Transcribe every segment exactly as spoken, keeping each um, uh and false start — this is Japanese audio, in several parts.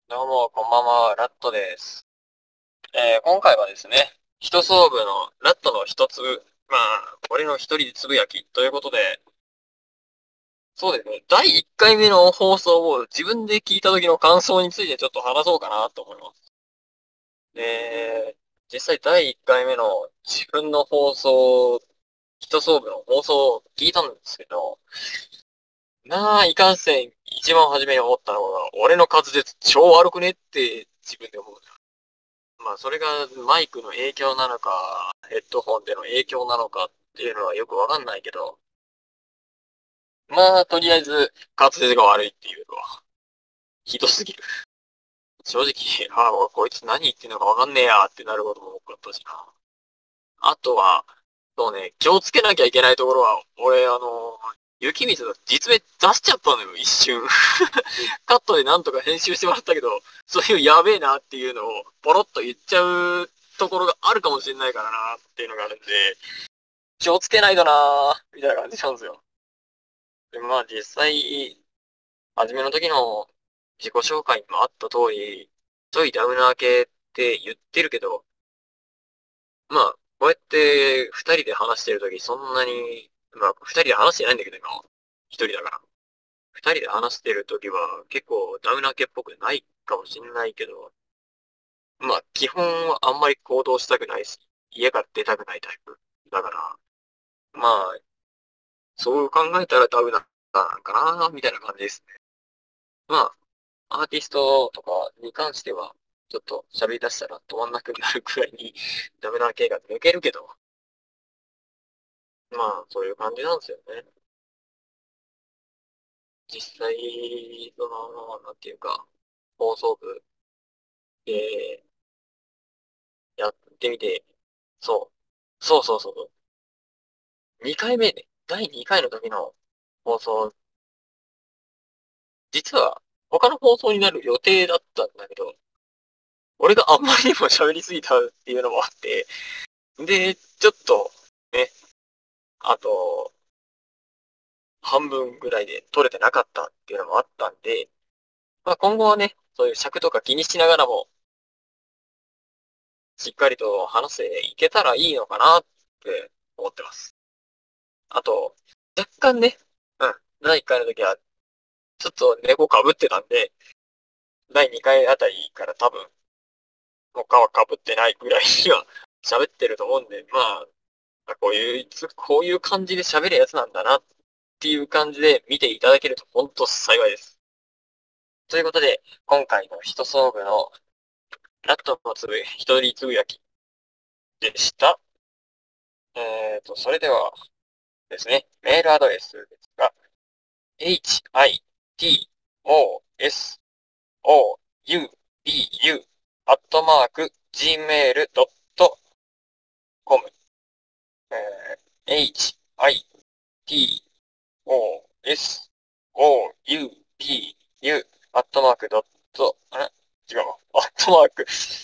どうも、こんばんは、ラットです。えー今回はですね、一総部のラットの一つ、まあ、俺の一人つぶやきということで、そうですね、だいいっかいめの放送を自分で聞いた時の感想についてちょっと話そうかなと思います。で、実際だいいっかいめの自分の放送、一総部の放送を聞いたんですけど、まあ、いかんせん、一番初めに思ったのが、俺の滑舌超悪くねって自分で思う。まあ、それがマイクの影響なのか、ヘッドホンでの影響なのかっていうのはよくわかんないけど、まあ、とりあえず、滑舌が悪いっていうのは、ひどすぎる。正直、ああ、俺こいつ何言ってんのかわかんねえやってなることも多かったしな。あとは、そうね、気をつけなきゃいけないところは、俺、あの、雪水の実名出しちゃったのよ、一瞬。カットでなんとか編集してもらったけど、そういうやべえなっていうのを、ポロッと言っちゃうところがあるかもしれないからなっていうのがあるんで、気をつけないとなーみたいな感じなんですよ。で、まあ実際、初めの時の自己紹介にもあった通り、ちょいダウナー系って言ってるけど、まあ、こうやって二人で話してる時そんなに、まあ二人で話してないんだけど今、一人だから。二人で話してる時は結構ダウナー系っぽくないかもしんないけど、まあ基本はあんまり行動したくないし、家から出たくないタイプ。だから、まあ、そう考えたらダウナーなんかな、みたいな感じですね。まあ、アーティストとかに関しては、ちょっと喋り出したら止まんなくなるくらいにダメな系が抜けるけど、まあ、そういう感じなんですよね。実際、その、なんていうか、放送部でやってみて、そう、そうそうそう、にかいめね、だいにかいの時の放送、実は他の放送になる予定だったんだけど、俺があんまりにも喋りすぎたっていうのもあって、で、ちょっと、ね、あと、半分ぐらいで取れてなかったっていうのもあったんで、まあ今後はね、そういう尺とか気にしながらも、しっかりと話していけたらいいのかなって思ってます。あと、若干ね、うん、だいいっかいの時は、ちょっと猫かぶってたんで、だいにかいあたりから多分、他はかぶってないぐらいには喋ってると思うんで、まあ、こういう、こういう感じで喋るやつなんだなっていう感じで見ていただけると本当幸いです。ということで、今回の一総具のラットのつぶ、一人つぶやきでした。えーと、それではですね、メールアドレスですが、hitosoubu アットマーク gmail ドットコム、えー、hitosoubu アットマークドット、あれ違うわ。アットマーク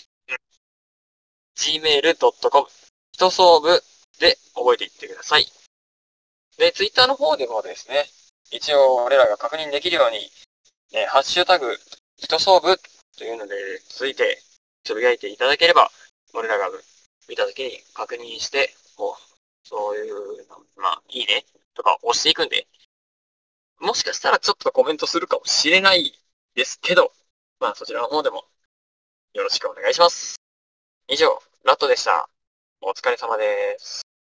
gmail ドットコム、一総部で覚えていってください。で、ツイッターの方でもですね、一応俺らが確認できるように、えーハッシュタグ、一総部というので、ついてつぶやいていただければ、俺らが見たときに確認して、こう、そういう、まあ、いいねとか押していくんで、もしかしたらちょっとコメントするかもしれないですけど、まあそちらの方でもよろしくお願いします。以上、ラットでした。お疲れ様です。